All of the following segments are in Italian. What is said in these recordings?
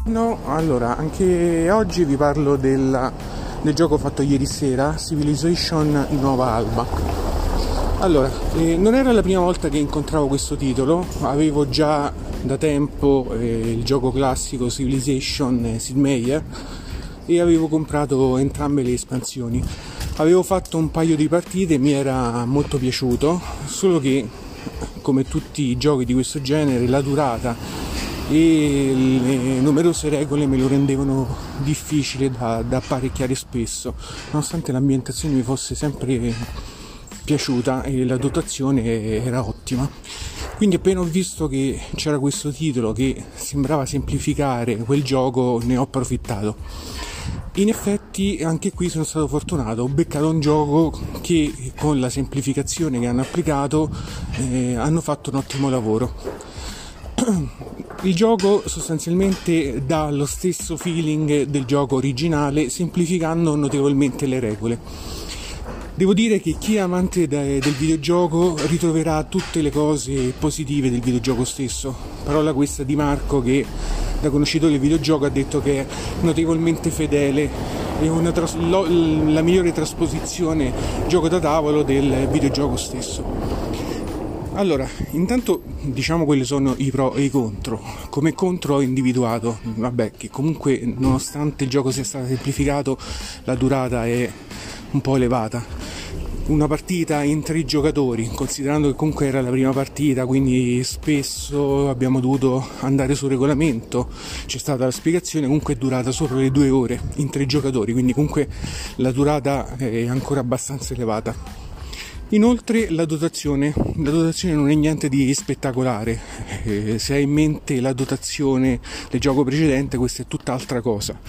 No, allora, anche oggi vi parlo del gioco fatto ieri sera, Civilization Nuova Alba. Allora, non era la prima volta che incontravo questo titolo, avevo già da tempo il gioco classico Civilization Sid Meier e avevo comprato entrambe le espansioni. Avevo fatto un paio di partite e mi era molto piaciuto, solo che, come tutti i giochi di questo genere, la durata e le numerose regole me lo rendevano difficile da apparecchiare spesso, nonostante l'ambientazione mi fosse sempre piaciuta e la dotazione era ottima. Quindi appena ho visto che c'era questo titolo che sembrava semplificare quel gioco, ne ho approfittato. In effetti anche qui sono stato fortunato, ho beccato un gioco che con la semplificazione che hanno applicato hanno fatto un ottimo lavoro. Il gioco sostanzialmente dà lo stesso feeling del gioco originale, semplificando notevolmente le regole. Devo dire che chi è amante del videogioco ritroverà tutte le cose positive del videogioco stesso. Parola questa di Marco, che da conoscitore del videogioco ha detto che è notevolmente fedele e la migliore trasposizione gioco da tavolo del videogioco stesso. Allora, intanto diciamo quelli sono i pro e i contro. Come contro ho individuato, che comunque nonostante il gioco sia stato semplificato, la durata è un po' elevata. Una partita in 3 giocatori, considerando che comunque era la prima partita, quindi spesso abbiamo dovuto andare sul regolamento, c'è stata la spiegazione, comunque è durata sopra le 2 ore in 3 giocatori, quindi comunque la durata è ancora abbastanza elevata. Inoltre la dotazione non è niente di spettacolare, se hai in mente la dotazione del gioco precedente, questa è tutt'altra cosa,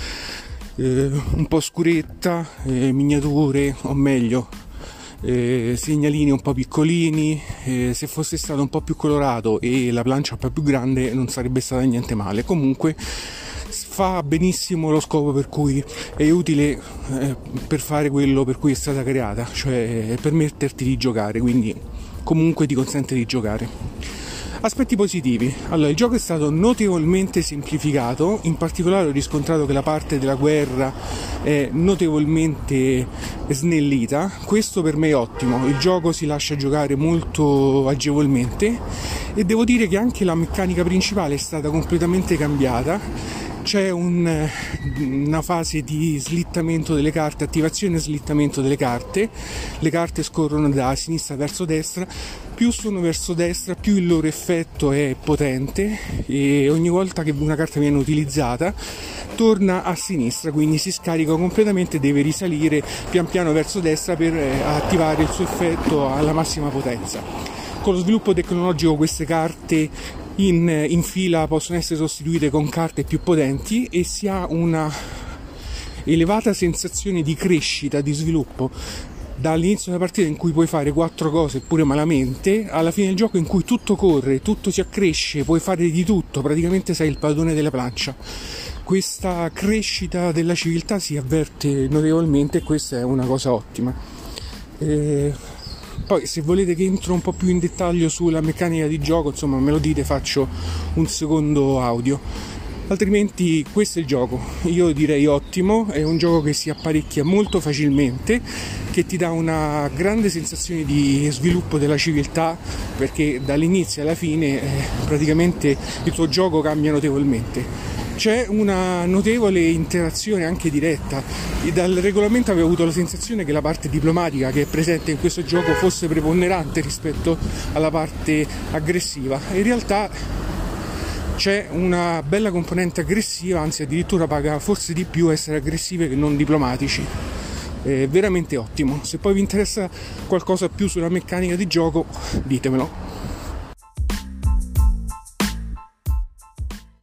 un po' scuretta, miniature, o meglio segnalini un po' piccolini, se fosse stato un po' più colorato e la plancia un po' più grande non sarebbe stata niente male. Comunque fa benissimo lo scopo per cui è utile, per fare quello per cui è stata creata, cioè permetterti di giocare, quindi comunque ti consente di giocare. Aspetti positivi. Allora, il gioco è stato notevolmente semplificato, in particolare ho riscontrato che la parte della guerra è notevolmente snellita. Questo per me è ottimo, il gioco si lascia giocare molto agevolmente e devo dire che anche la meccanica principale è stata completamente cambiata. C'è una fase di slittamento delle carte, attivazione e slittamento delle carte. Le carte scorrono da sinistra verso destra, più sono verso destra più il loro effetto è potente e ogni volta che una carta viene utilizzata torna a sinistra, quindi si scarica completamente e deve risalire pian piano verso destra per attivare il suo effetto alla massima potenza. Con lo sviluppo tecnologico queste carte in fila possono essere sostituite con carte più potenti e si ha una elevata sensazione di crescita, di sviluppo dall'inizio della partita in cui puoi fare 4 cose pure malamente, alla fine del gioco in cui tutto corre, tutto si accresce, puoi fare di tutto, praticamente sei il padrone della plancia. Questa crescita della civiltà si avverte notevolmente e questa è una cosa ottima. Poi se volete che entro un po' più in dettaglio sulla meccanica di gioco, insomma me lo dite, faccio un secondo audio. Altrimenti questo è il gioco, io direi ottimo, è un gioco che si apparecchia molto facilmente, che ti dà una grande sensazione di sviluppo della civiltà, perché dall'inizio alla fine praticamente il tuo gioco cambia notevolmente. C'è una notevole interazione anche diretta. Dal regolamento avevo avuto la sensazione che la parte diplomatica che è presente in questo gioco fosse preponderante rispetto alla parte aggressiva. In realtà c'è una bella componente aggressiva, anzi addirittura paga forse di più essere aggressive che non diplomatici. È veramente ottimo. Se poi vi interessa qualcosa più sulla meccanica di gioco, ditemelo.